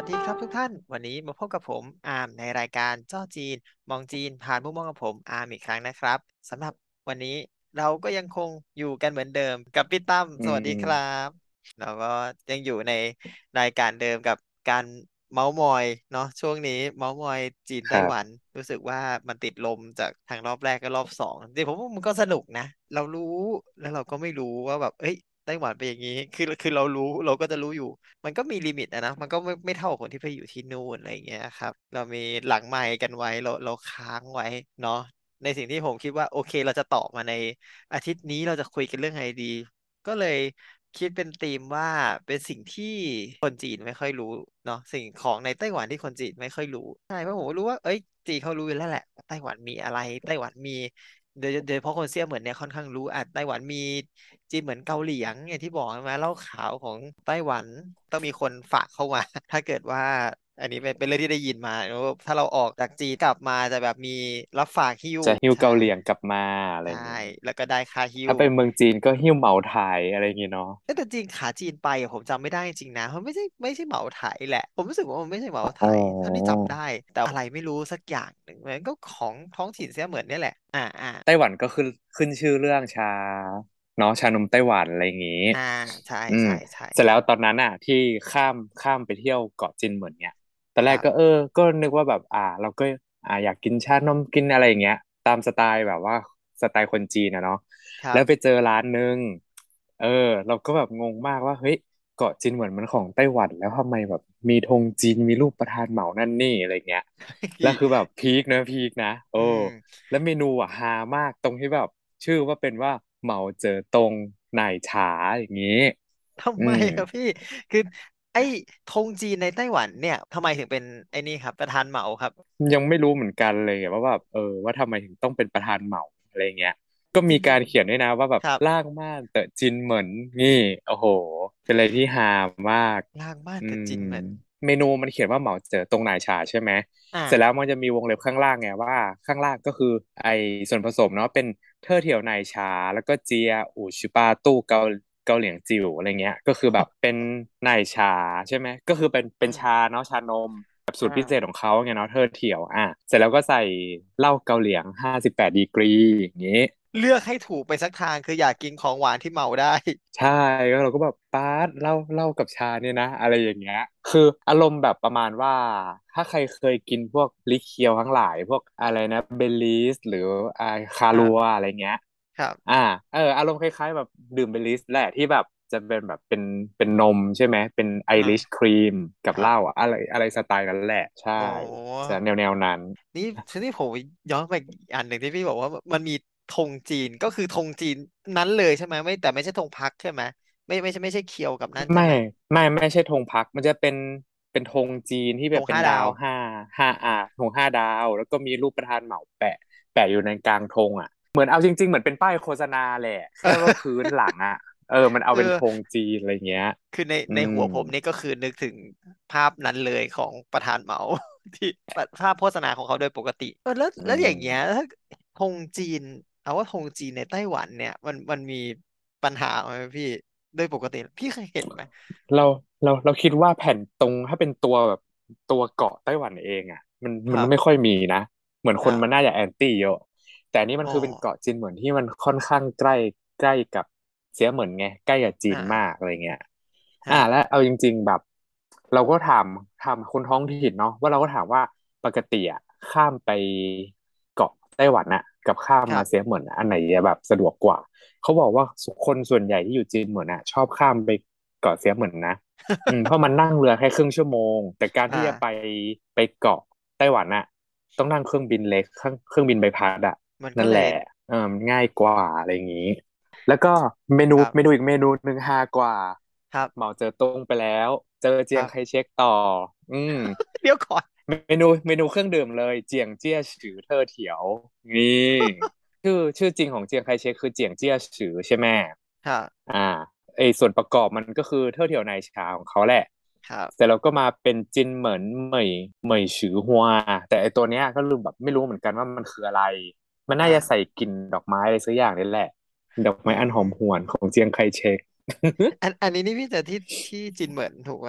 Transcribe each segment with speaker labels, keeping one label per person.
Speaker 1: ดีครับทุกท่านวันนี้มาพบกับผมอาร์มในรายการจ้อจีนมองจีนผ่านมุมมองกับผมอาร์มอีกครั้งนะครับสำหรับวันนี้เราก็ยังคงอยู่กันเหมือนเดิมกับพี่ตั้ม
Speaker 2: อื
Speaker 1: สวัสดี
Speaker 2: ม
Speaker 1: ครับเราก็ยังอยู่ในรายการเดิมกับการเมาส์มอยเนาะช่วงนี้เมาส์มอยจีน
Speaker 2: ครับ
Speaker 1: ไต้หวันรู้สึกว่ามันติดลมจากทางรอบแรกก็รอบสองจริงๆผมว่ามันก็สนุกนะเรารู้แล้วเราก็ไม่รู้ว่าแบบเอ้ยไต้หวันเป็นอย่างนี้คือเรารู้เราก็จะรู้อยู่ มันก็มีลิมิตนะมันก็ไม่เท่าคนที่ไปอยู่ที่นู่นอะไรอย่างเงี้ยครับเรามีหลังไมค์กันไว้เราค้างไว้เนาะในสิ่งที่ผมคิดว่าโอเคเราจะต่อมาในอาทิตย์นี้เราจะคุยกันเรื่องไงดีก็เลยคิดเป็นธีมว่าเป็นสิ่งที่คนจีนไม่ค่อยรู้เนาะสิ่งของในไต้หวันที่คนจีนไม่ค่อยรู้ใช่เพราะผมรู้ว่าเอ้ยจีนเขารู้อยู่แล้วแหละว่าไต้หวันมีอะไรไต้หวันมีโดยเฉพาะคนเซี่ยเหมือนเนี่ยค่อนข้างรู้ไต้หวันมี จีนเหมือนเกาเหลียงอย่างที่บอกมาเล่าข่าวของไต้หวันต้องมีคนฝากเข้ามาถ้าเกิดว่าอันนี้เป็นเรื่องที่ได้ยินมาว่าถ้าเราออกจากจีนกลับมาจะแบบมีรับฝากหิ้ว
Speaker 2: จะหิ้ว
Speaker 1: ใช่
Speaker 2: เกาหลียงกลับมาอะไร
Speaker 1: ใช่
Speaker 2: อย่างงี้
Speaker 1: แล้วก็ได้ค่าหิ้ว
Speaker 2: ถ้าไปเมืองจีนก็หิ้วเหมาถ่ายอะไรอย่างงี้เนาะ
Speaker 1: แต่จริงขาจีนไปอะผมจำไม่ได้จริงๆนะมันไม่ใช่เหมาไถแหละผมรู้สึกว่ามันไม่ใช่เหมาไถ
Speaker 2: อ๋อ
Speaker 1: เท่าที่จำได้แต่อะไรไม่รู้สักอย่างหนึ่งมันก็ของท้องถิ่นเสียเหมือนเนี่ยแหละ
Speaker 2: ไต้หวันก็ขึ้นชื่อเรื่องชาเนาะชานมไต้หวันอะไรอย่างงี้
Speaker 1: อ่าใช่
Speaker 2: อืม
Speaker 1: ใช่ใช่
Speaker 2: เสร็จแล้วตอนนั้นอ่ะที่ข้ามไปเที่ยวเกาะจินเหมือนเนี้ยตอนแรกก็
Speaker 1: ครับ
Speaker 2: ก็นึกว่าแบบเราก็อยากกินชานมกินอะไรอย่างเงี้ยตามสไตล์แบบว่าสไตล์คนจีนอะเนาะ
Speaker 1: ครับ
Speaker 2: แล้วไปเจอร้านนึงเออเราก็แบบงงมากว่าเฮ้ย เกาะจีนเหมือนมันของไต้หวันแล้วทำไมแบบมีธงจีนมีรูปประธานเหมานั่นนี่อะไรเงี้ย แล้วคือแบบพีคนะ
Speaker 1: อืม
Speaker 2: แล้วเมนูอ่ะฮามากตรงที่แบบชื่อว่าเป็นว่าเหมาเจ๋อตงหน่ายฉาอย่างนี้
Speaker 1: ทำไม
Speaker 2: อืม
Speaker 1: ครับพี่คือไอ้ธงจีนในไต้หวันเนี่ยทำไมถึงเป็นไอ้นี่ครับประธานเหมาครับ
Speaker 2: ยังไม่รู้เหมือนกันเลยว่าแบบว่าทำไมถึงต้องเป็นประธานเหมาอะไรเงี้ยก็
Speaker 1: จ
Speaker 2: มี
Speaker 1: ริง
Speaker 2: การเขียนด้วยนะว่าแบบ
Speaker 1: ๆครับ
Speaker 2: ล่างม่านเต๋อจินเหมินนี่โอ้โหเป็นอะไรที่ฮามาก
Speaker 1: ล่างบ้าน
Speaker 2: อื
Speaker 1: แต่
Speaker 2: ม
Speaker 1: จินเหมือน
Speaker 2: เมนูมันเขียนว่าเหมาเจ๋อตรงไหนชาใช่ไหมเสร็จแล้ว
Speaker 1: อ่า
Speaker 2: มันจะมีวงเล็บข้างล่างไงว่าข้างล่างก็คือไอส่วนผสมเนาะเป็นเท่อเทียวไนชาแล้วก็เจียอู่ชิปาตู้เกาเหลียงจิ๋วอะไรเงี้ยก็คือแบบเป็นไนชาใช่ไหมก็คือเป็นชา
Speaker 1: อืม
Speaker 2: เนาะชานมแบบสูตรพิเศษข
Speaker 1: อ่า
Speaker 2: องเขาไงเนาะเท่อเทียวเสร็จแล้วก็ใส่เหล้าเกาเหลียง58 ดีกรีอย่างงี้
Speaker 1: เลือกให้ถูกไปสักทางคืออยากกินของหวานที่เมาได้
Speaker 2: ใช่ก็เราก็แบบป๊าดเล่ากับชาเนี่ยนะอะไรอย่างเงี้ยคืออารมณ์แบบประมาณว่าถ้าใครเคยกินพวกลิเคียวทั้งหลายพวกอะไรนะเบลลิสหรืออ่าคา
Speaker 1: ครับ
Speaker 2: รัวอะไรเงี้ย
Speaker 1: ครับ
Speaker 2: อ่าอารมณ์คล้ายๆแบบดื่มเบลลิสแหละที่แบบจะเป็นแบบเป็นนมใช่ไหมเป็นไอริชค
Speaker 1: อ่า
Speaker 2: รีมกับเหล้า
Speaker 1: ครับ
Speaker 2: อะไรสไตล์นั้นแหละใช่
Speaker 1: โอ้
Speaker 2: จะแนวนั้น
Speaker 1: นี่ทีนี้ผมย้อนไปอีกอันหนึ่งที่พี่บอกว่ามันมีธงจีนก็คือธงจีนนั้นเลยใช่ไหมไม่แต่ไม่ใช่ธงพรรคใช่ไหมไม่ใช่เคียวกับนั่นใช่
Speaker 2: ไม่
Speaker 1: ไหม
Speaker 2: ไม่ใช่ธงพรรคมันจะเป็นธงจีนที่
Speaker 1: ธ
Speaker 2: แบบเป็นดา
Speaker 1: งห้าดาว
Speaker 2: วห้าธง5 ดาวแล้วก็มีรูปประธานเหมาแปะอยู่ในกลางธงอ่ะเหมือนเอาจริงๆเหมือนเป็นป้ายโฆษณาแหละ
Speaker 1: เอ
Speaker 2: แค่ว่าพื้น
Speaker 1: อ
Speaker 2: หลังอ่ะมันเอา
Speaker 1: เอ
Speaker 2: เป็นธง
Speaker 1: อ
Speaker 2: จีนอะไรเงี้ย
Speaker 1: คือใน
Speaker 2: อืม
Speaker 1: ในหัวผมนี่ก็คือนึกถึงภาพนั้นเลยของประธานเหมาที่ภาพโฆษณาของเขาโดยปกติแล้ว
Speaker 2: อื
Speaker 1: อย่างเงี้ย
Speaker 2: ม
Speaker 1: ถ้าธงจีนเอาว่าธงจีนในไต้หวันเนี่ยมันมีปัญหาไหมพี่โดยปกติพี่เคยเห็นไหม
Speaker 2: เราเราคิดว่าแผ่นตรงถ้าเป็นตัวแบบตัวเกาะไต้หวันเองอ่ะมันไม่
Speaker 1: ครับ
Speaker 2: ค่อยมีนะเหมือน
Speaker 1: ครับ
Speaker 2: คนมันน่าจะแอนตี้เยอะแต่อันนี้มัน
Speaker 1: อ๋อ
Speaker 2: คือเป็นเกาะจีนเหมือนที่มันค่อนข้างใกล้กับเสียเหมือนไงใกล้กับจีนมาก
Speaker 1: อ่า
Speaker 2: อะไรเงี้ย
Speaker 1: ฮะ
Speaker 2: แล้วเอาจริงๆแบบเราก็ถามคนท้องถิ่นเนาะว่าเราก็ถามว่าปกติอ่ะข้ามไปเกาะไต้หวันอ่ะกับข้าม
Speaker 1: ครับ
Speaker 2: มาเสียเหมือนอันไหนจะแบบสะดวกกว่า เขาบอกว่าคนส่วนใหญ่ที่อยู่จีนเหมือนอ่ะชอบข้ามไปเกาะเสียเหมือนนะเพราะมันนั่งเรือแค่ครึ่งชั่วโมงแต่การที่จะไป
Speaker 1: อ่า
Speaker 2: ไปเกาะไต้หวันอ่ะต้องนั่งเครื่องบินเล็กเครื่องบินใบพัดอ่ะนั่นแหละ
Speaker 1: มันก็เลย
Speaker 2: มันง่ายกว่าอะไรอย่างนี้แล้วก็เมนู
Speaker 1: ครับ
Speaker 2: อีกเมนูหนึ่งฮากว่า
Speaker 1: ครับ
Speaker 2: เหมาเจ๋อตงไปแล้วเจอ
Speaker 1: ค
Speaker 2: เจียงไค
Speaker 1: รับ
Speaker 2: เช็กต่ออืม
Speaker 1: เดี๋ยวก่อน
Speaker 2: เมนูเครื่องดื่มเลยเจียงเจี้ยฉือเท่อเถียวนี่ชื่อจริงของเจียงไคเชกคือเจียงเจี้ยฉือใช่ไหม
Speaker 1: ครับ
Speaker 2: อ่าไอส่วนประกอบมันก็คือเท่อเถียวในชาของเขาแหละ
Speaker 1: ครับ
Speaker 2: แต่เราก็มาเป็นจินเหมินเหมยฉือฮัวแต่ไอตัวเนี้ยก็ลืมแบบไม่รู้เหมือนกันว่ามันคืออะไรมันน่าจะใส่
Speaker 1: อ่า
Speaker 2: กลิ่นดอกไม้อะไรสักอย่างนี่แหละดอก
Speaker 1: อื
Speaker 2: ไม้อันหอมห
Speaker 1: ม
Speaker 2: วนของเจียงไคเชก
Speaker 1: อันนี้นี่พี่เจอที่จินเหมินถูกไหม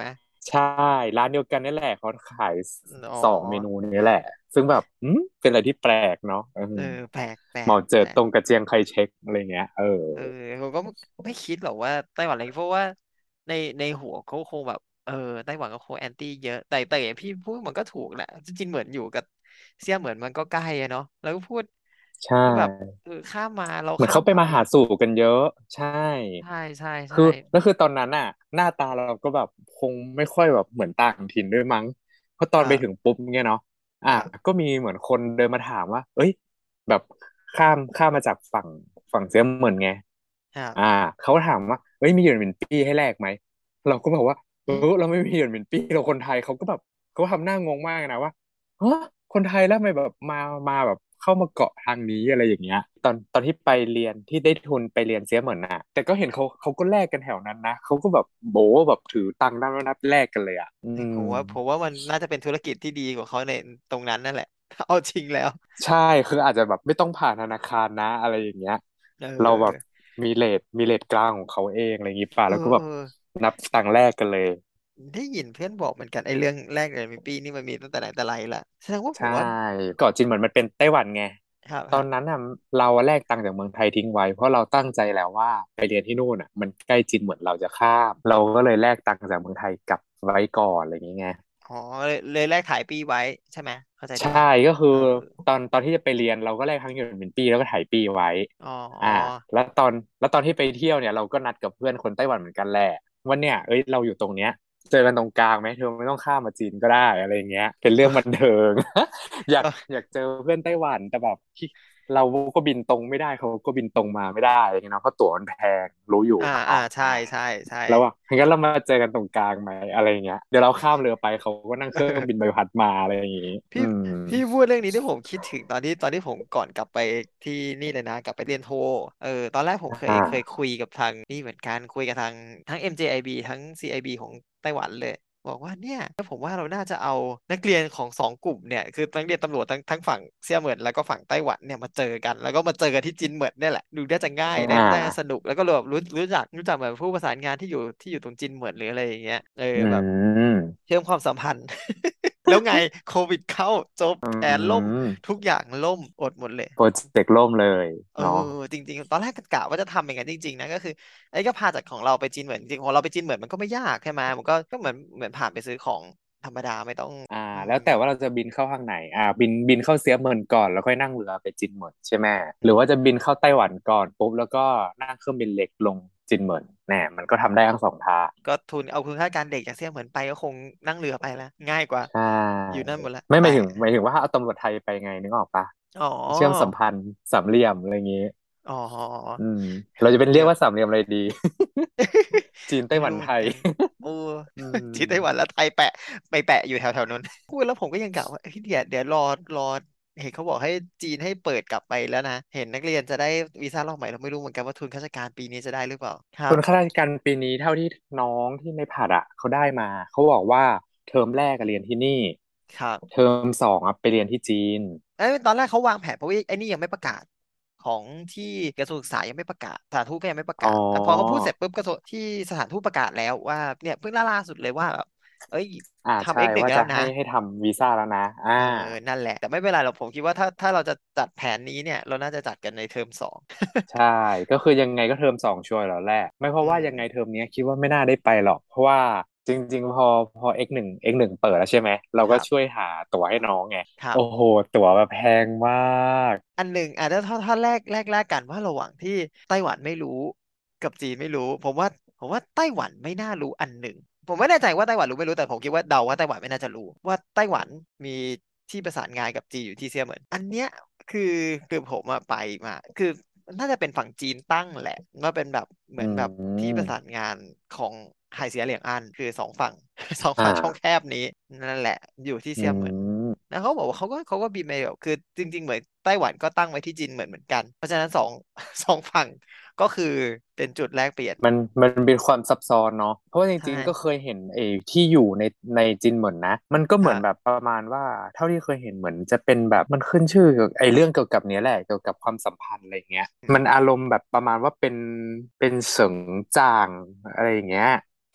Speaker 2: ใช่ร้านเดียวกันนี่แหละเขาขาย
Speaker 1: อ๋อ
Speaker 2: 2 เมนูนี้แหละซึ่งแบบเป็นอะไรที่แปลกเนาะ
Speaker 1: เออแปลกแปล
Speaker 2: เหมา
Speaker 1: กแปลก
Speaker 2: เจ๋อตงกระเจียงไคเช็กอะไรเงี้ย
Speaker 1: เออผมก็ไม่คิดหรอกว่าไต้หวันอะไรเพราะว่าในหัวเขาคงแบบไต้หวันก็คงแอนตี้เยอะแต่อย่างพี่พูดมันก็ถูกแหละจริงๆเหมือนอยู่กับเซี่ยเหมือนมันก็ใกล้อะเนาะแล้วก็พูด
Speaker 2: ใช่
Speaker 1: ก็แบบข้ามมาเรา
Speaker 2: เหมือนเขาไป
Speaker 1: ข้ามไป
Speaker 2: มาหาสู่กันเยอะใช่
Speaker 1: ใช่ใช่ใช่
Speaker 2: คือแล้วคือตอนนั้นน่ะหน้าตาเราก็แบบคงไม่ค่อยแบบเหมือนต่างถิ่นด้วยมั้งเพราะตอนไปถึง
Speaker 1: ครับ
Speaker 2: ปุ๊บเนี่ยเนาะ
Speaker 1: ครับ
Speaker 2: ก็มีเหมือนคนเดินมาถามว่าเอ้ยแบบข้ามมาจากฝั่งเสียเหมือนไงอ่า
Speaker 1: ครับ
Speaker 2: เขาถามว่าเอ้ยมีเหรียญหมินปี้ให้แลกไหมเราก็บอกว่า
Speaker 1: อืม
Speaker 2: เราไม่มีเหรียญหมินปี้เราคนไทยเขาก็แบบเขาทำหน้างงมากนะว่า ฮะคนไทยแล้วทำไมแบบมาแบบเข้ามาเกาะทางนี้อะไรอย่างเงี้ยตอนที่ไปเรียนที่ได้ทุนไปเรียนเสียเหมือนน่ะแต่ก็เห็นเขาก็แลกกันแถวนั้นนะเขาก็แบบโบแบบถือตังค์ได้แล้วนับแลกกันเลยอ่ะ
Speaker 1: ผมว่ามันน่าจะเป็นธุรกิจที่ดีกว่าเขาในตรงนั้นนั่นแหละเอาจริงแล้ว
Speaker 2: ใช่คืออาจจะแบบไม่ต้องผ่านธนาคารนะอะไรอย่างเงี้ย
Speaker 1: เอ
Speaker 2: เราแบบ
Speaker 1: อ
Speaker 2: มีเลทกลางของเขาเองอะไรอย่างงี้ป่ะ
Speaker 1: เออ
Speaker 2: แล้วก็แบบ
Speaker 1: เออ
Speaker 2: นับตังค์แลกกันเลย
Speaker 1: ได้ยินเพื่อนบอกเหมือนกันไอ้เรื่องแรกเลยมีปีนี่มันมีตั้งแต่ไหนแต่ไรละแสดงว่าผ
Speaker 2: ใช่
Speaker 1: มว่า
Speaker 2: เกาะจีนเหมือนมันเป็นไต้หวันไง
Speaker 1: ครับครับ
Speaker 2: ตอนนั้นอ่ะเราแลกตังค์จากเมืองไทยทิ้งไว้เพราะเราตั้งใจแล้วว่าไปเรียนที่นู่นอ่ะมันใกล้จีนเหมือนเราจะข้ามเราก็เลยแลกตังค์จากเมืองไทยกลับไว้ก่อนอะไรอย่างเงี้ย
Speaker 1: อ๋อเลยแลกถ่ายปีไว้ใช่ไหมเข้าใจถูก
Speaker 2: ใช่
Speaker 1: ไหม
Speaker 2: ก็คือ
Speaker 1: เออ
Speaker 2: ตอนที่จะไปเรียนเราก็แลกทั้งหยวนหมินปี้แล้วก็ไถปี้ไว้
Speaker 1: อ๋
Speaker 2: อ่า
Speaker 1: อ
Speaker 2: แล้วตอนที่ไปเที่ยวเนี่ยเราก็นัดกับเพื่อนคนไต้หวันเหมือนกันแหละว่าเนี่ยเอ้ยเราอยู่ตรงเนี้ยเจอกันตรงกลางไหมเธอไม่ต้องข้ามมาจีนก็ได้อะไรอย่างเงี้ยเป็นเรื่องบันเทิงอยาก
Speaker 1: ก็
Speaker 2: อยากเจอเพื่อนไต้หวันแต่แบบเราก็บินตรงไม่ได้เขาก็บินตรงมาไม่ได้อะไรเงี้ยเนาะเพราะตั๋วมันแพงรู้อยู่เนาะ
Speaker 1: ใช่ใช่ใช่
Speaker 2: แล้วอ่ะงั้นเรามาเจอกันตรงกลางไหมอะไรอย่างเงี้ยเดี๋ยวเราข้ามเรือไปเขาก็นั่งเครื่องบินใบพัดมาอะไรอย่างงี้
Speaker 1: พี่
Speaker 2: อืม
Speaker 1: พี่พูดเรื่องนี้ที่ผมคิดถึงตอนที่ผมก่อนกลับไปที่นี่เลยนะกลับไปเรียนโทตอนแรกผมเคยคุยกับทางนี่เหมือนกันคุยกับทางทั้ง MJIB ทั้ง CIB ของไต้หวันเลยบอกว่าเนี่ยผมว่าเราน่าจะเอานักเรียนของสองกลุ่มเนี่ยคือนักเรียนตำรวจทั้งฝั่งเซี่ยเหมินแล้วก็ฝั่งไต้หวันเนี่ยมาเจอกันแล้วก็มาเจอกันที่จินเหมินเนี่ยแหละดูน่าจะง่าย
Speaker 2: อ่
Speaker 1: น่าส
Speaker 2: า
Speaker 1: นุกแล้วก็แบบรู้จักแบบผู้ประสานงานที่อยู่ตรงจินเหมินหรืออะไรอย่างเงี้ย
Speaker 2: อื
Speaker 1: แบบ
Speaker 2: ม
Speaker 1: เชื่อมความสัมพันธ์ แล้วไงโควิดเข้าจบ
Speaker 2: อื
Speaker 1: แผนล่ม
Speaker 2: ม
Speaker 1: ทุกอย่างล่มอดหมดเลย
Speaker 2: โปรเจกต์ล่มเลย
Speaker 1: เออ
Speaker 2: เนาะ
Speaker 1: จริงๆตอนแรกก็กะว่าจะทำอย่างนั้นจริงๆนะก็คือไอ้ก็พาจากของเราไปจีนเหมือนจริงๆของเราไปจีนเหมือนมันก็ไม่ยากใช่ไหมมันก็เหมือนผ่านไปซื้อของธรรมดาไม่ต้องอืม
Speaker 2: แล้วแต่ว่าเราจะบินเข้าทางไหนบินเข้าเซียเหมินก่อนแล้วค่อยนั่งเรือไปจินเหมินใช่ไหมหรือว่าจะบินเข้าไต้หวันก่อนปุ๊บแล้วก็นั่งเครื่องบินเล็กลงจินเหมินแน่มันก็ทำได้ทั้งสองทาง
Speaker 1: ก็เอาคุณค่าการเด็กจากเซี่ยเหมือนไปก็คงนั่งเรือไปแล้วง่ายกว่า
Speaker 2: ใช่
Speaker 1: อยู่นั่นหมดละ
Speaker 2: ไม่ห
Speaker 1: แต่
Speaker 2: มายถึงหมายถึงว่าเอาตำรวจไทยไปไงนึกออกปะ
Speaker 1: อ๋อ
Speaker 2: เชื่อมสัมพันธ์สามเหลี่ยมอะไรอย่างงี้
Speaker 1: อ๋อ
Speaker 2: อืมเราจะเป็นเรี
Speaker 1: เดี๋ยว
Speaker 2: ยกว่าสามเหลี่ยมอะไรดีจีน ไต้
Speaker 1: ไม่
Speaker 2: หวันไทย
Speaker 1: รู้เหมือนกันโอ้
Speaker 2: อื
Speaker 1: ที่ไต้หวัน
Speaker 2: ม
Speaker 1: แล้วไทยไปแปะอยู่แถวนั้นพูดแล้วผมก็ยังกะว่าเฮ้ยเดี๋ยวรอเห็นเขาบอกให้จีนให้เปิดกลับไปแล้วนะเห็นนักเรียนจะได้วีซ่ารอบใหม่เราไม่รู้เหมือนกันว่าทุนข้าราชการปีนี้จะได้หรือเปล่าครับ
Speaker 2: ทุนข้าราชการปีนี้เท่าที่น้องที่ในผัดอ่ะเขาได้มาเขาบอกว่าเทอมแรกอะเรียนที่นี่
Speaker 1: ครับ
Speaker 2: เทอมสองอะไปเรียนที่จีน
Speaker 1: ตอนแรกเขาวางแผนเพราะว่าไอ้นี่ยังไม่ประกาศของที่กระทรวงศึกษายังไม่ประกาศสถานทูตก็ยังไม่ประ
Speaker 2: อ๋อ
Speaker 1: กาศแต่พอเขาพูดเสร็จปุ๊บกระทรวงที่สถานทูตประกาศแล้วว่าเนี่ยเพิ่งล่าสุดเลยว่าแบบเอ้ยทำ
Speaker 2: ใช่
Speaker 1: X1แล้วนะ
Speaker 2: ว่าจะให้ทำวีซ่าแล้วนะ
Speaker 1: เออนั่นแหละแต่ไม่เป็นไรหรอกผมคิดว่าถ้าเราจะจัดแผนนี้เนี่ยเราน่าจะจัดกันในเทอมสอง
Speaker 2: ใช่ก็คือยังไงก็เทอมสองชัวร์แล้วแหละไม่เพ
Speaker 1: อื
Speaker 2: ราะว่า
Speaker 1: ม
Speaker 2: ยังไงเทอมเนี้ยคิดว่าไม่น่าได้ไปหรอกเพราะว่าจริงๆพอ X1 เปิดแล้วใช่ไหมเราก็ช่วย
Speaker 1: ครับ
Speaker 2: หาตั๋วให้น้องไง
Speaker 1: ครับ
Speaker 2: โอ้โหตั๋วแบบแพงมาก
Speaker 1: อันหนึ่งถ้าแรกกันว่าระหว่างที่ไต้หวันไม่รู้กับจีนไม่รู้ผมว่าไต้หวันไม่น่ารู้อันหนึ่งผมไม่แน่ใจว่าไต้หวันรู้ไม่รู้แต่ผมคิดว่าเดาว่าไต้หวันไม่น่าจะรู้ว่าไต้หวันมีที่ประสานงานกับจีนอยู่ที่เซี่ยเหมินอันเนี้ยคือคือผมอะไปมาคือน่าจะเป็นฝั่งจีนตั้งแหละว่าเป็นแบบเหมื
Speaker 2: อื
Speaker 1: อนแบบที่ประสาน
Speaker 2: ม
Speaker 1: งานของไห่เสียเหลียงอันคือสองฝั่งสองฝั่งช่องแค
Speaker 2: อ่า
Speaker 1: บนี้นั่นแหละอยู่ที่
Speaker 2: อื
Speaker 1: เซี่ยเหมิน
Speaker 2: ม
Speaker 1: แล้วเขาบอกว่าเขาก็บินไปแบบคือจริงๆเหมือนไต้หวันก็ตั้งไว้ที่จีนเหมือนกันเพราะฉะนั้นสองฝั่งก็คือเป็นจุดแลกเปลี่ยน
Speaker 2: มันเป็นความซับซ้อนเนาะเพราะว่าจ
Speaker 1: ใช่
Speaker 2: ริงๆก็เคยเห็นไอ้ที่อยู่ในจินเหมือนนะมันก็เหมือนแบบ
Speaker 1: ครับ
Speaker 2: ประมาณว่าเท่าที่เคยเห็นเหมือนจะเป็นแบบมันขึ้นชื่อเกี่ยวกับไอ้เรื่องเกี่ยวกับเนี้ยแหละเกี่ยวกับความสัมพันธ์อะไรเงี้ย
Speaker 1: อื
Speaker 2: มันอาร
Speaker 1: ม
Speaker 2: มณ์แบบประมาณว่าเป็นเสริงจ่างอะไรอย่างเงี้ย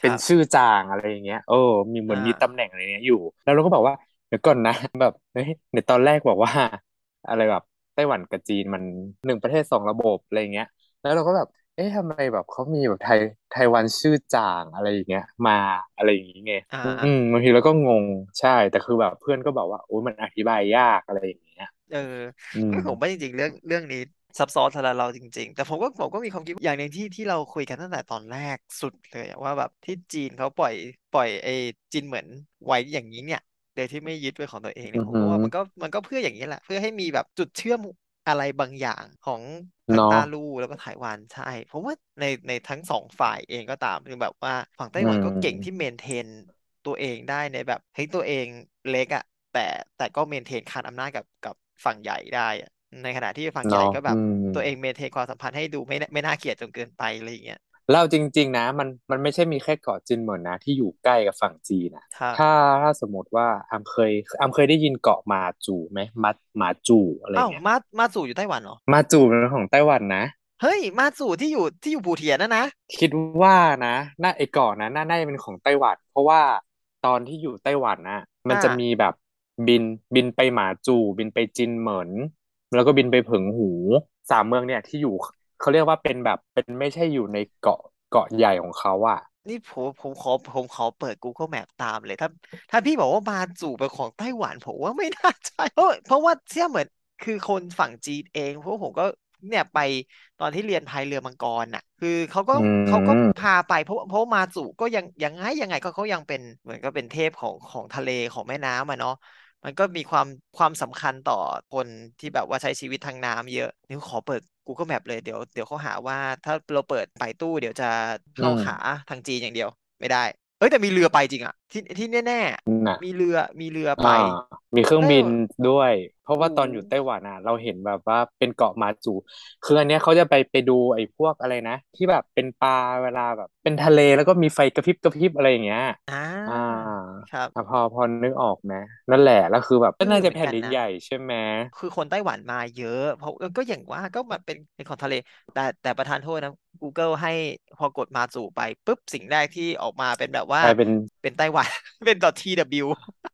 Speaker 2: เป็น
Speaker 1: ครับ
Speaker 2: ชื่อจางอะไรอย่างเงี้ยมีเหมือนมีตำแหน่งอะไรเงี้ยอยู่แล้วเราก็บอกว่าเดี๋ยวก่อนนะแบบเฮ้ยในตอนแรกบอกว่าอะไรแบบไต้หวันกับจีนมันหนึ่งประเทศสองระบบอะไรเงี้ยแล้วเราก็แบบเอ๊ะทำไมแบบเขามีแบบไต้หวันชื่อจางอะไรอย่างเงี้ยมาอะไรอย่างเงี้ย
Speaker 1: อ่
Speaker 2: บางทีเราก็งงใช่แต่คือแบบเพื่อนก็บอกว่าโอ้ยมันอธิบายยากอะไรอย่างเงี้ย
Speaker 1: เออ
Speaker 2: อืม
Speaker 1: ไม่ผมว่าจริงๆเรื่องนี้ซับซ้อนสำหรับเราจริงๆแต่ผมก็มีความคิดอย่างหนึ่งที่เราคุยกันตั้งแต่ตอนแรกสุดเลยอะว่าแบบที่จีนเขาปล่อยไอ้จีนเหมือนไว้อย่างนี้เนี่ยโดยที่ไม่ยึดเป็นของตัวเองเนี่ยผม
Speaker 2: อือหือ
Speaker 1: ก็ว่ามันก็เพื่ออย่างนี้แหละเพื่อให้มีแบบจุดเชื่อมอะไรบางอย่างของทั้ง
Speaker 2: เนาะ
Speaker 1: ตาลูแล้วก็ไต้หวันใช่ผมว่าในทั้งสองฝ่ายเองก็ตามคือแบบว่าฝั่งไต้
Speaker 2: อื
Speaker 1: หวันก็เก่งที่
Speaker 2: ม
Speaker 1: เมนเทนตัวเองได้ในแบบเฮ้ยตัวเองเล็กอะ แต่แต่ก็เมนเทนคานอำนาจกับฝั่งใหญ่ได้อะในขณะที่ฝั่งใหญ่
Speaker 2: เนาะ
Speaker 1: ก็แบบ
Speaker 2: ม
Speaker 1: ตัวเองเมนเทนความสัมพันธ์ให้ดูไม่น่าเกลียดจนเกินไปอะไรอย่างเงี้ย
Speaker 2: แล้วจริงๆนะมันไม่ใช่มีแค่เกาะจินเหมินนะที่อยู่ใกล้กับฝั่งจีนนะ
Speaker 1: ครับ
Speaker 2: ถ้าสมมติว่าอามเคยได้ยินเกาะหมาจูไหมหมาจูอะไรเงี้ย
Speaker 1: อ้าวมาสู่อยู่ไต้หวันเหรอ
Speaker 2: หมาจูเป็นของไต้หวันนะ
Speaker 1: เฮ้ยมาสู่ที่อยู่ปูเทียนนะ
Speaker 2: คิดว่านะไอ้เกาะนั้นน่าจะเป็นของไต้หวันเพราะว่าตอนที่อยู่ไต้หวันนะมันจะมีแบบบินบินไปหมาจูบินไปจินเหมินแล้วก็บินไปเผิงหูสามเมืองเนี่ยที่อยู่เขาเรียกว่าเป็นแบบเป็นไม่ใช่อยู่ในเกาะใหญ่ของเขาอะ
Speaker 1: นี่ผมขอเปิด Google Map ตามเลยถ้าพี่บอกว่ามาสู่เป็นของไต้หวันผมว่าไม่น่าใช่เพราะว่าเชื่อเหมือนคือคนฝั่งจีนเองเพราะผมก็เนี่ยไปตอนที่เรียนพายเรือมังกรน่ะคือเขาก็
Speaker 2: อื
Speaker 1: เขาก็พา
Speaker 2: ม
Speaker 1: ไปเพราะว่ามาสู่ก็ยังไงก็เขายังเป็นเหมือนก็เป็นเทพของทะเลของแม่น้ำอะเนาะมันก็มีความสำคัญต่อคนที่แบบว่าใช้ชีวิตทางน้ำเยอะนี่ขอเปิด Google Map เลยเดี๋ยวเขาหาว่าถ้าเราเปิดไปตู้เดี๋ยวจะ
Speaker 2: อืม
Speaker 1: เข้าขาทางจีนอย่างเดียวไม่ได้เอ้ยแต่มีเรือไปจริงอะที่แน่
Speaker 2: น่ะ
Speaker 1: ๆมีเรือ
Speaker 2: อ่า
Speaker 1: ไป
Speaker 2: มีเครื่อง
Speaker 1: ไต้
Speaker 2: บินด้วยเพราะ
Speaker 1: โอ้
Speaker 2: ว่าตอนอยู่ไต้หวันอ่ะเราเห็นแบบว่าเป็นเกาะมาจูคืออันเนี้ยเขาจะไปดูไอ้พวกอะไรนะที่แบบเป็นปลาเวลาแบบเป็นทะเลแล้วก็มีไฟกระพริบกระพริบอะไรอย่างเงี้ย
Speaker 1: อ่
Speaker 2: อ่า
Speaker 1: าครับ
Speaker 2: พอนึกออกไหมนั่นแหละแล้วคือแบบก็น่าจะ
Speaker 1: เหมือนกันนะ
Speaker 2: แผ่นดินใหญ่ใช่ไหม
Speaker 1: คือคนไต้หวันมาเยอะเพราะก็อย่างว่าก็มันเป็นของทะเลแต่ประธานโทษนะ Google ให้พอกดมาสู่ไปปุ๊บสิ่งแรกที่ออกมาเป็นแบบว่า
Speaker 2: กลายเป็น
Speaker 1: เป็นไต้หวันเป็น .tw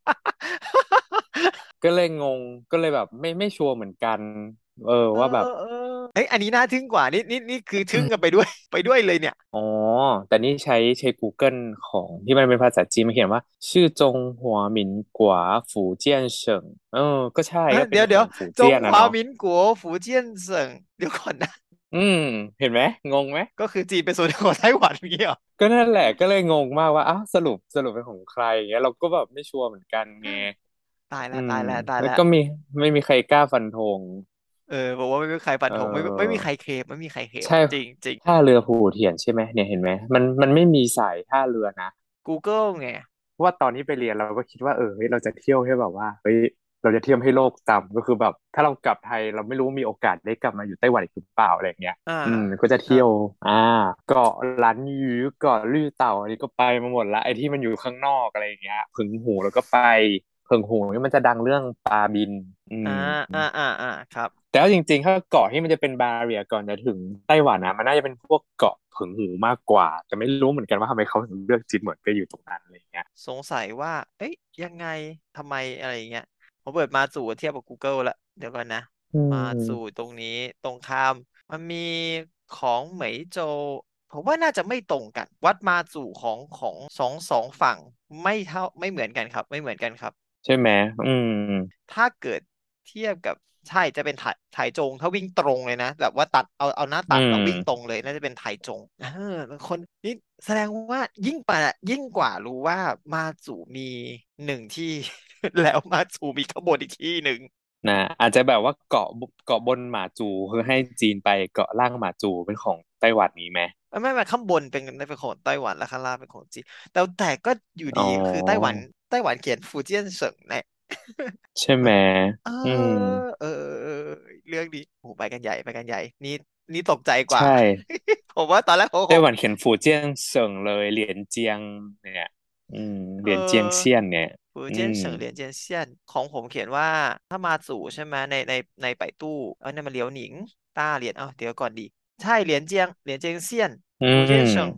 Speaker 2: ก็เลยงงก็เลยแบบไม่ชัวร์เหมือนกัน
Speaker 1: เออ
Speaker 2: ว่าแบบ
Speaker 1: เออเออเอ้ยอันนี้น่าทึ่งกว่านี่คือทึ่งกันไปด้วยไปด้วยเลยเนี่ย
Speaker 2: อ๋อแต่นี่ใช้ Google ของที่มันเป็นภาษาจีนมันเขียนว่าชื่อจงหัวหมินกัวฝูเจี้ยนเฉิงก็ใช่ก็เป็น
Speaker 1: เดี๋ยวเดี๋ยว
Speaker 2: ของฝูเจี้
Speaker 1: จงหวา
Speaker 2: ยนนะเนาะ
Speaker 1: มินกัวฝูเจี้ยนเซิงเดี๋ยวก่อนนะ
Speaker 2: อืมเห็นไหมงงไหม
Speaker 1: ก็คือจีนเป็นส่วนหนึ่งของไต้หวันอย่างเงี้ยเหรอ
Speaker 2: ก็นั่นแหละก็เลยงงมากว่าอ้าวสรุปเป็นของใครอย่างเงี้ยเราก็แบบไม่ชัวร์เหมือนกันไง
Speaker 1: ตาย
Speaker 2: อืม
Speaker 1: แล้วตายแล้วตายแล้ว
Speaker 2: แล้วก็ไม่มีใครกล้าฟันธง
Speaker 1: บอกว่าไม่มีใครฟัน
Speaker 2: เอ
Speaker 1: ธงไม่มี
Speaker 2: อ
Speaker 1: ใครเคลมไม่มีใครเคลม
Speaker 2: ใช่
Speaker 1: จริงจริง
Speaker 2: ท่าเรือภูเถียนใช่ไหมเนี่ยเห็นไหมมันไม่มีสายท่าเรือนะ
Speaker 1: Google ไง
Speaker 2: เพราะว่าตอนนี้ไปเรียนเราก็คิดว่าเฮ้ยเราจะเที่ยวให้แบบว่าเฮ้ยเราจะเที่ยวให้โลกจำก็คือแบบถ้าเรากลับไทยเราไม่รู้มีโอกาสได้กลับมาอยู่ไต้หวันอีกหรือเปล่าอะไรอย่างเงี้ย
Speaker 1: อ่า
Speaker 2: ก็จะ
Speaker 1: ครับ
Speaker 2: เที่ยวอ่าเกาะล้านยือเกาะลี่เต่าอันนี้ก็ไปมาหมดละไอ้ที่มันอยู่ข้างนอกอะไรอย่างเงี้ยผึ่งหูแล้วก็ไปผึ่งหูนี่มันจะดังเรื่องปลาบิน
Speaker 1: อ่าครับ
Speaker 2: แต่ว่าจริงๆถ้าเกาะที่มันจะเป็นบาเรียก่อนจะถึงไต้หวันนะมันน่าจะเป็นพวกเกาะผึ่งหูมากกว่าแต่ไม่รู้เหมือนกันว่าทำไมเขาถึงเลือกจีนเหมือนไปอยู่ตรงนั้นอะไรอย่างเงี้ย
Speaker 1: สงสัยว่าเอ๊ยยังไงทำไมอะไรอย่างเงี้ยผมเปิดมาสู่เทียบกับ Google ละเดี๋ยวก่อนนะ
Speaker 2: อื
Speaker 1: มาสู่
Speaker 2: ม
Speaker 1: ตรงนี้ตรงข้ามมันมีของเหมยโจวผมว่าน่าจะไม่ตรงกันวัดมาสู่ของสองฝั่งไม่เหมือนกันครับไม่เหมือนกันครับ
Speaker 2: ใช่ไหมอืม
Speaker 1: ถ้าเกิดเทียบกับใช่จะเป็นไถจงถ้าวิ่งตรงเลยนะแบบว่าตัดเอาหน้า
Speaker 2: อื
Speaker 1: ตัดแล้ววิ่งตรง
Speaker 2: ม
Speaker 1: เลยน่าจะเป็นไถจงคนนี่แสดงว่ายิ่งกว่ารู้ว่ามาสู่มีหนึ่งที่แล้วมาสู่มีขบวนอีกที่หนึ่ง
Speaker 2: นะอาจจะแบบว่าเกาะบนหมาจูคือให้จีนไปเกาะล่างหมาจูเป็นของไต้หวันนี้ไหม
Speaker 1: ไม่ข้างบนเป็นของไต้หวันแล้วข้างล่างเป็นของจีนแต่ก็อยู่
Speaker 2: อ๋
Speaker 1: ดีคือไต้หวัน
Speaker 2: อ
Speaker 1: ไต้หวันเขียนฟูเจียนเฉิงแน่
Speaker 2: ใช่ไหม
Speaker 1: เออ
Speaker 2: อืม
Speaker 1: เออเรื่องนี้โอ้ไปกันใหญ่ไปกันใหญ่นี่ตกใจกว่า
Speaker 2: ใช่
Speaker 1: ผมว่าตอนแรกผม
Speaker 2: ไต้หวันเขียนฝูเจี้ยงเสิงเลยเหรียญเจียงเนี่ย
Speaker 1: เ
Speaker 2: เหรียญเจียง
Speaker 1: ออ
Speaker 2: เซียนเนี่ย
Speaker 1: 福
Speaker 2: อื
Speaker 1: 建
Speaker 2: ม
Speaker 1: 省连接线ของผมเขียนว่าถ้ามาสู่ใช่ไหมในไปตู้นั่นมันเหลียวหนิงต้าเหรียญเอ้าเดี๋ยวก่อนดีใช่เหรียญเจียงเซียน
Speaker 2: อื
Speaker 1: 福建省
Speaker 2: ม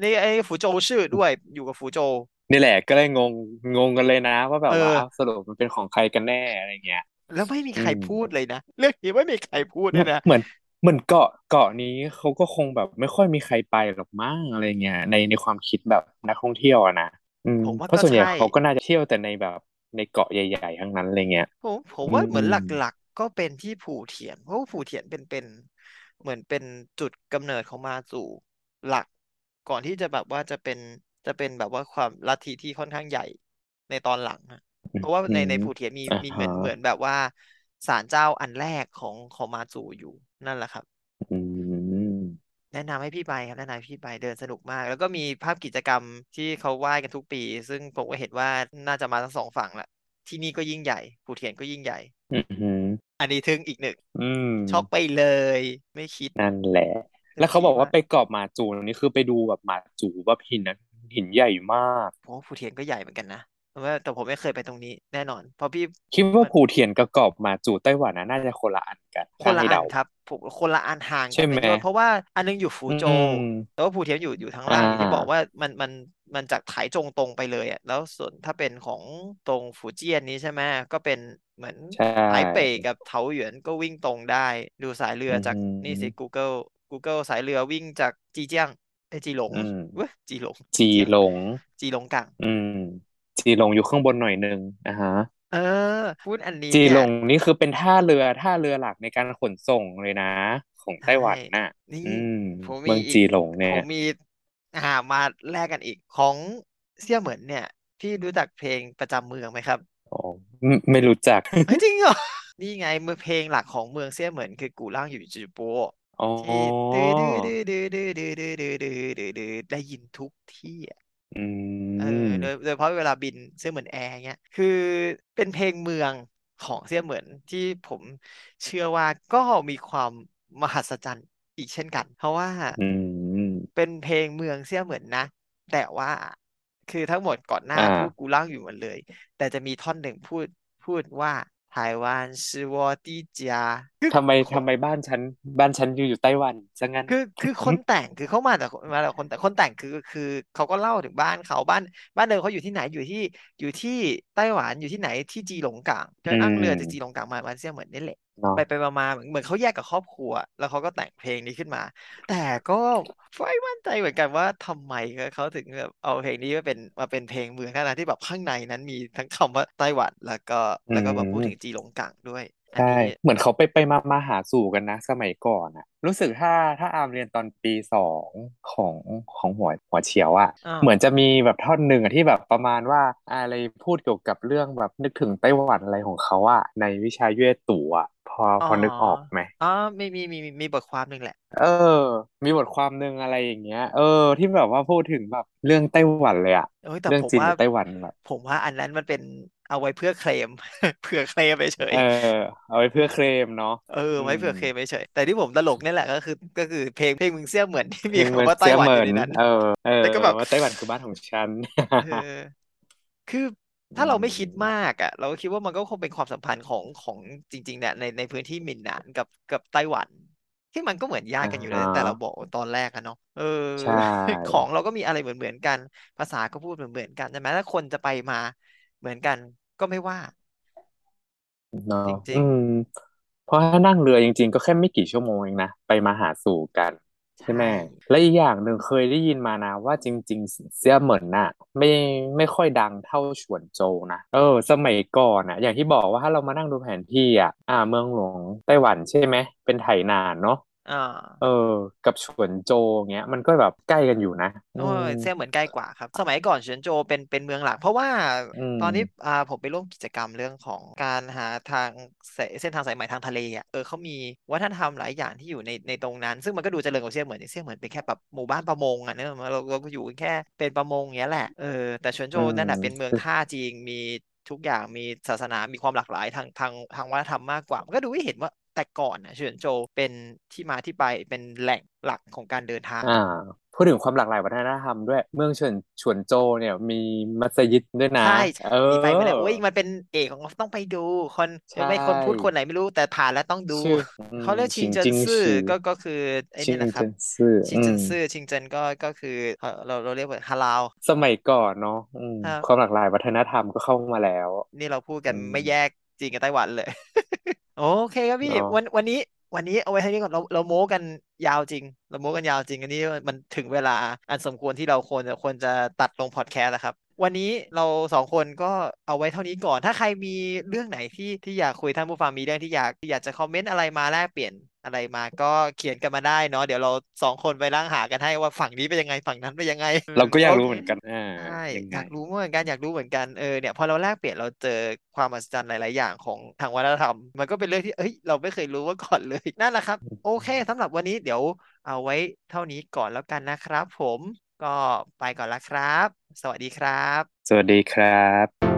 Speaker 1: นี่ไอ้ฝูโจวชื่อด้วยอยู่กับฝูโจว
Speaker 2: นี่แหละก็เลยงงกันเลยนะว่าแบ
Speaker 1: เอ
Speaker 2: บว่า
Speaker 1: อ
Speaker 2: อ้าวสรุปมันเป็นของใครกันแน่อะไรเงี้ย
Speaker 1: แล้วไม่มี
Speaker 2: อืม
Speaker 1: ใครพูดเลยนะเรื่องนี้ไม่มีใครพูดเลยนะ
Speaker 2: เหมือนเกาะนี้เขาก็คงแบบไม่ค่อยมีใครไปหรอกมั้งอะไรเงี้ยในความคิดแบบนักท่องเที่ยวอะนะ
Speaker 1: ผมว่า
Speaker 2: เพราะส่วนใหญ่
Speaker 1: ก็ใช่
Speaker 2: เขาก็น่าจะเที่ยวแต่ในแบบในเกาะใหญ่ๆทั้งนั้นอะไรเงี้ย
Speaker 1: ผม
Speaker 2: อื
Speaker 1: ว่าเหมือนห
Speaker 2: ม
Speaker 1: ลักๆก็เป็นที่ผู่เถียนเพราะว่าผู่เถียนเป็นเหมือนเป็นจุดกำเนิดของมาสู่หลักก่อนที่จะแบบว่าจะเป็นแบบว่าความลัทธิที่ค่อนข้างใหญ่ในตอนหลังนะเพราะว่า
Speaker 2: อืม
Speaker 1: ในผู่เถียนมี
Speaker 2: อ่าฮะ
Speaker 1: เหมือนแบบว่าศาลเจ้าอันแรกของมาสู่อยู่นั่นแหละครับ
Speaker 2: อืม
Speaker 1: แนะนำให้พี่ไปครับแนะนำให้พี่ไปเดินสนุกมากแล้วก็มีภาพกิจกรรมที่เขาไหว้กันทุกปีซึ่งผมก็เห็นว่าน่าจะมาทั้งสองฝั่งแหละที่นี่ก็ยิ่งใหญ่ภูเถียนก็ยิ่งใหญ่
Speaker 2: อืม
Speaker 1: อันนี้ทึ่งอีกหนึ่ง
Speaker 2: อืม
Speaker 1: ช็อกไปเลยไม่คิด
Speaker 2: นั่นแหละ
Speaker 1: เต็
Speaker 2: แล้วเขาบอกว่า
Speaker 1: มที่มาก
Speaker 2: ไปเกาะหมาจูนี่คือไปดูแบบหมาจูแบบหินนะหินใหญ่มาก
Speaker 1: โอ้ภูเถียนก็ใหญ่เหมือนกันนะแต่ผมไม่เคยไปตรงนี้แน่นอนเพราะพี่
Speaker 2: คิดว่า
Speaker 1: มัน
Speaker 2: ภูเทียนกับเกาะหมาจูไต้หวันนะน่าจะคนละอันกัน
Speaker 1: คนละ
Speaker 2: ถ้าให้เดา
Speaker 1: อันครับผมคนละอันห่างกันไป
Speaker 2: ใช่ไหม
Speaker 1: ด้วยเพราะว่าอันนึงอยู่ฟู
Speaker 2: อื
Speaker 1: โจ
Speaker 2: ม
Speaker 1: แต่ว่าภูเทียนอยู่ทาง
Speaker 2: อ่
Speaker 1: ล่างอย่างที่บอกว่า
Speaker 2: า
Speaker 1: มันจากไถจงตรงไปเลยอ่ะแล้วส่วนถ้าเป็นของตรงฟูเจียนนี้ใช่ไหมก็เป็นเหมือน
Speaker 2: ใช
Speaker 1: ไท่เป่กับเถาหยวนก็วิ่งตรงได้ดูสายเรือ
Speaker 2: อื
Speaker 1: จากนี่สิ
Speaker 2: ม
Speaker 1: Google สายเรือวิ่งจากจีเจียงไอจีหลง
Speaker 2: อืม
Speaker 1: เว้ยจีหลงจี
Speaker 2: จี
Speaker 1: เจียง
Speaker 2: หลง
Speaker 1: จีหลงกัง
Speaker 2: อืมจีหลงอยู่ข้างบนหน่อยนึงอ่าฮะ
Speaker 1: เออพูดอันนี้เนี่ย
Speaker 2: จีหลงนี่คือเป็นท่าเรือหลักในการขนส่งเลยนะของ
Speaker 1: ใช่
Speaker 2: ไต้หวันน่ะ
Speaker 1: นี่
Speaker 2: อืม
Speaker 1: ผมมีอีก
Speaker 2: เมืองจีหลงเนี่ย
Speaker 1: ผมมี มาแลกกันอีกของเสี่ยเหมือนเนี่ยพี่รู้จักเพลงประจำเมืองไหมครับ
Speaker 2: อ๋อไม่รู้จัก
Speaker 1: เฮ้ยจริงเหรอนี่ไงเมืองเพลงหลักของเมืองเสี่ยเหมือนคือกู่ล่างอยู่จือโปะ
Speaker 2: อ๋อ
Speaker 1: ที่ดื้อดื้อดื้อดื้อดื้อดื้อดื้อดื้อดื้อดื้อดื้อได้ยินทุกที่อะ
Speaker 2: อื
Speaker 1: เออ
Speaker 2: ม
Speaker 1: โดยเฉพาะเวลาบินเสี่ยเหมือนแอร์เงี้ยคือเป็นเพลงเมืองของเสี่ยเหมือนที่ผมเชื่อว่าก็มีความมหัศจรรย์อีกเช่นกันเพราะว่า
Speaker 2: อืม
Speaker 1: เป็นเพลงเมืองเสี่ยเหมือนนะแต่ว่าคือทั้งหมดก่อนหน้า
Speaker 2: อ่า
Speaker 1: พูดกูล่างอยู่หมดเลยแต่จะมีท่อนหนึ่งพูดว่า台湾是我的家คือ
Speaker 2: ทำไมบ้านฉันอยู่ไต้หวันซะงั้น
Speaker 1: คือคนแต่งคือเขามาจากคนแต่คนแต่งคือเขาก็เล่าถึงบ้านเขาบ้านเดิมเขาอยู่ที่ไหนอยู่ที่ไต้หวันอยู่ที่ไหนที่จีหลงกางก็
Speaker 2: อื
Speaker 1: นั่งเรือจากจีหลง
Speaker 2: ม
Speaker 1: กางมาเสี่ยเหมือนนี่แหละ
Speaker 2: เนาะ
Speaker 1: ไปมาเหมือนเขาแยกกับครอบครัวแล้วเขาก็แต่งเพลงนี้ขึ้นมา แต่ก็ไม่มั่นใจเหมือนกันว่าทำไมเขาถึงแบบเอาเพลงนี้มาเป็นเพลงเมืองทั้งที่แบบข้างในนั้นมีทั้งคำว่าไต้หวันแล้วก็
Speaker 2: อื
Speaker 1: แบบพูดถึงจี
Speaker 2: ม
Speaker 1: หลงกังด้วยอัน
Speaker 2: ใช่
Speaker 1: นี้
Speaker 2: เหมือนเขาไปมาหาสู่กันนะสมัยก่อนอะรู้สึกถ้าอามเรียนตอนปี 2ของของหัวเฉียวอะ
Speaker 1: อ่า
Speaker 2: เหมือนจะมีแบบท่อนหนึ่งอะที่แบบประมาณว่าอะไรพูดเกี่ยวกับเรื่องแบบนึกถึงไต้หวันอะไรของเขาอะในวิชาเย่ตู่อะพ
Speaker 1: อ๋อ
Speaker 2: อนึกออกไหม
Speaker 1: อ๋อมีบทความหนึ่งแหละ
Speaker 2: เออมีบทความหนึ่งอะไรอย่างเงี้ยที่แบบว่าพูดถึงแบบเรื่องไต้หวันเลยอะ
Speaker 1: เอ้ยแต่ผมว่า
Speaker 2: เรื่องจีนกับไต้หวันแบบ
Speaker 1: อันนั้นมันเป็นเอาไว้เพื่อเคลมเพื่อเคลมเฉย
Speaker 2: เออเอาไว้เพื่อเคลมเนาะ
Speaker 1: ๆ
Speaker 2: อืม
Speaker 1: ไว้เพื่อเคลมเฉยๆแต่ที่ผมตลกนี่แหละก็คือเพลงมึงเสี้ยเหมือนที่มี
Speaker 2: เพลงเหมือน
Speaker 1: คำว่าไต้หวัน
Speaker 2: เสียเหมิน
Speaker 1: อยู่ในนั้น
Speaker 2: เออ
Speaker 1: แล้วก็แบบ
Speaker 2: ว่าไต้หวันคือบ้านของฉัน
Speaker 1: เออ คือ
Speaker 2: อื
Speaker 1: ถ้าเราไม่คิดมา
Speaker 2: ม
Speaker 1: กอ่ะเราก็คิดว่ามันก็คงเป็นความสัมพันธ์ของจริงๆเนี่ยในพื้นที่หมิ่นหนานกับไต้หวันที่มันก็เหมือนญา
Speaker 2: อ่า
Speaker 1: ติกันอยู่
Speaker 2: ฮ
Speaker 1: แล้วตั้งแต่เราบอ
Speaker 2: ะ
Speaker 1: กตอนแรกอะเนาะ
Speaker 2: ใช
Speaker 1: ข่องเราก็มีอะไรเหมือนกันภาษาก็พูดเหมือนกันใช่ไหมถ้าคนจะไปมาเหมือนกันก็ไม่ว่า
Speaker 2: เนาะ
Speaker 1: จริง
Speaker 2: เพราะถ้านั่งเรือจริงๆก็แค่ไม่กี่ชั่วโมงเองนะไปมาหาสู่กัน
Speaker 1: ๆใช่
Speaker 2: ใช่ไหมและอีกอย่างหนึ่งเคยได้ยินมานะว่าจริงๆเสี่ยเหมินน่ะไม่ค่อยดังเท่าฉวนโจวนะสมัยก่อนอ่ะอย่างที่บอกว่าถ้าเรามานั่งดูแผนที่เมืองหลวงไต้หวันใช่ไหมเป็นไหหนานเนาะ
Speaker 1: อ่า
Speaker 2: เออกับฉวนโจวเงี้ยมันก็แบบใกล้กันอยู่นะ
Speaker 1: โอ้ยเซี่ยเหมือนใกล้กว่าครับสมัยก่อนเฉินโจวเป็นเมืองหลักเพราะว่า
Speaker 2: อื
Speaker 1: ตอนนี้
Speaker 2: ม
Speaker 1: ผมไปร่วมกิจกรรมเรื่องของการหาทางเส้นทางสายไหมทางทะเลอ่ะเขามีวัฒนธรรมหลายอย่างที่อยู่ในตรงนั้นซึ่งมันก็ดูเจริญกว่าเซี่ยเหมือนเป็นแค่แบบหมู่บ้านประมงอ่ะเนอะเราก็อยู่กันแค่เป็นประมงอย่างเงี้ยแหละแต่เฉินโจ
Speaker 2: อื
Speaker 1: วนั่นแหะเป็นเมือง
Speaker 2: ม
Speaker 1: ท่าจริงมีทุกอย่างมีศาสนามีความหลากหลายทางวัฒนธรรมมากกว่ามันก็ดูให้เห็นว่าแต่ก่อนนะเฉินโจวเป็นที่มาที่ไปเป็นแหล่งหลักของการเดินทาง
Speaker 2: อ่าพูดถึงความหลากหลายวัฒนธรรมด้วยเมืองฉวนโจวเนี่ยมีมัสยิดด้วยนะ
Speaker 1: ใช่
Speaker 2: เอ
Speaker 1: นี่ไปมาแล้ว
Speaker 2: อ
Speaker 1: โอ้ยมันเป็นเอกของเราต้องไปดูคน
Speaker 2: ใช
Speaker 1: ไม่คนพูดคน่ไหนไม่รู้แต่ผ่านแล้วต้องดู
Speaker 2: ชื่อ
Speaker 1: เขาเรียกชิ
Speaker 2: ชิงจิ้ง
Speaker 1: งเจินซื่อ
Speaker 2: ชือ
Speaker 1: ก็คือไอ้
Speaker 2: ชิง
Speaker 1: นี่แหละครับ
Speaker 2: เจินซื่อ
Speaker 1: ชิงเจินซื่อชิงเจินก็คือเราเรียกว่าฮาลาล
Speaker 2: สมัยก่อนเนาะความหลากหลายวัฒนธรรมก็เข้ามาแล้ว
Speaker 1: นี่เราพูดกัน
Speaker 2: อืม
Speaker 1: ไม่แยกจีนกับไต้หวันเลยโอเคครับพี่
Speaker 2: เนาะ
Speaker 1: วันนี้เอาไว้เท่านี้ก่อนเราโม้กันยาวจริงเราโม้กันยาวจริงอันนี้มันถึงเวลาอันสมควรที่เราควรจะตัดลงพอดแคสต์แล้วครับวันนี้เราสองคนก็เอาไว้เท่านี้ก่อนถ้าใครมีเรื่องไหนที่อยากคุยท่านผู้ฟังมีเรื่องที่อยากจะคอมเมนต์อะไรมาแลกเปลี่ยนอะไรมาก็เขียนกันมาได้เนาะเดี๋ยวเราสองคนไปร่างหากันให้ว่าฝั่งนี้เป็นยังไงฝั่งนั้นเป็นยังไง
Speaker 2: เราก็อยากรู้
Speaker 1: โอเค
Speaker 2: เหมือนกัน
Speaker 1: ใช่
Speaker 2: ยังไง
Speaker 1: อยากรู้เหมือนกันอยากรู้เหมือนกันเนี่ยพอเราแลกเปลี่ยนเราเจอความมหัศจรรย์หลายๆอย่างของทางวัฒนธรรมมันก็เป็นเรื่องที่เอ้ยเราไม่เคยรู้มาก่อนเลยนั่นแหละครับโอเคสำหรับวันนี้เดี๋ยวเอาไว้เท่านี้ก่อนแล้วกันนะครับผมก็ไปก่อนละครับสวัสดีครับ
Speaker 2: สวัสดีครับ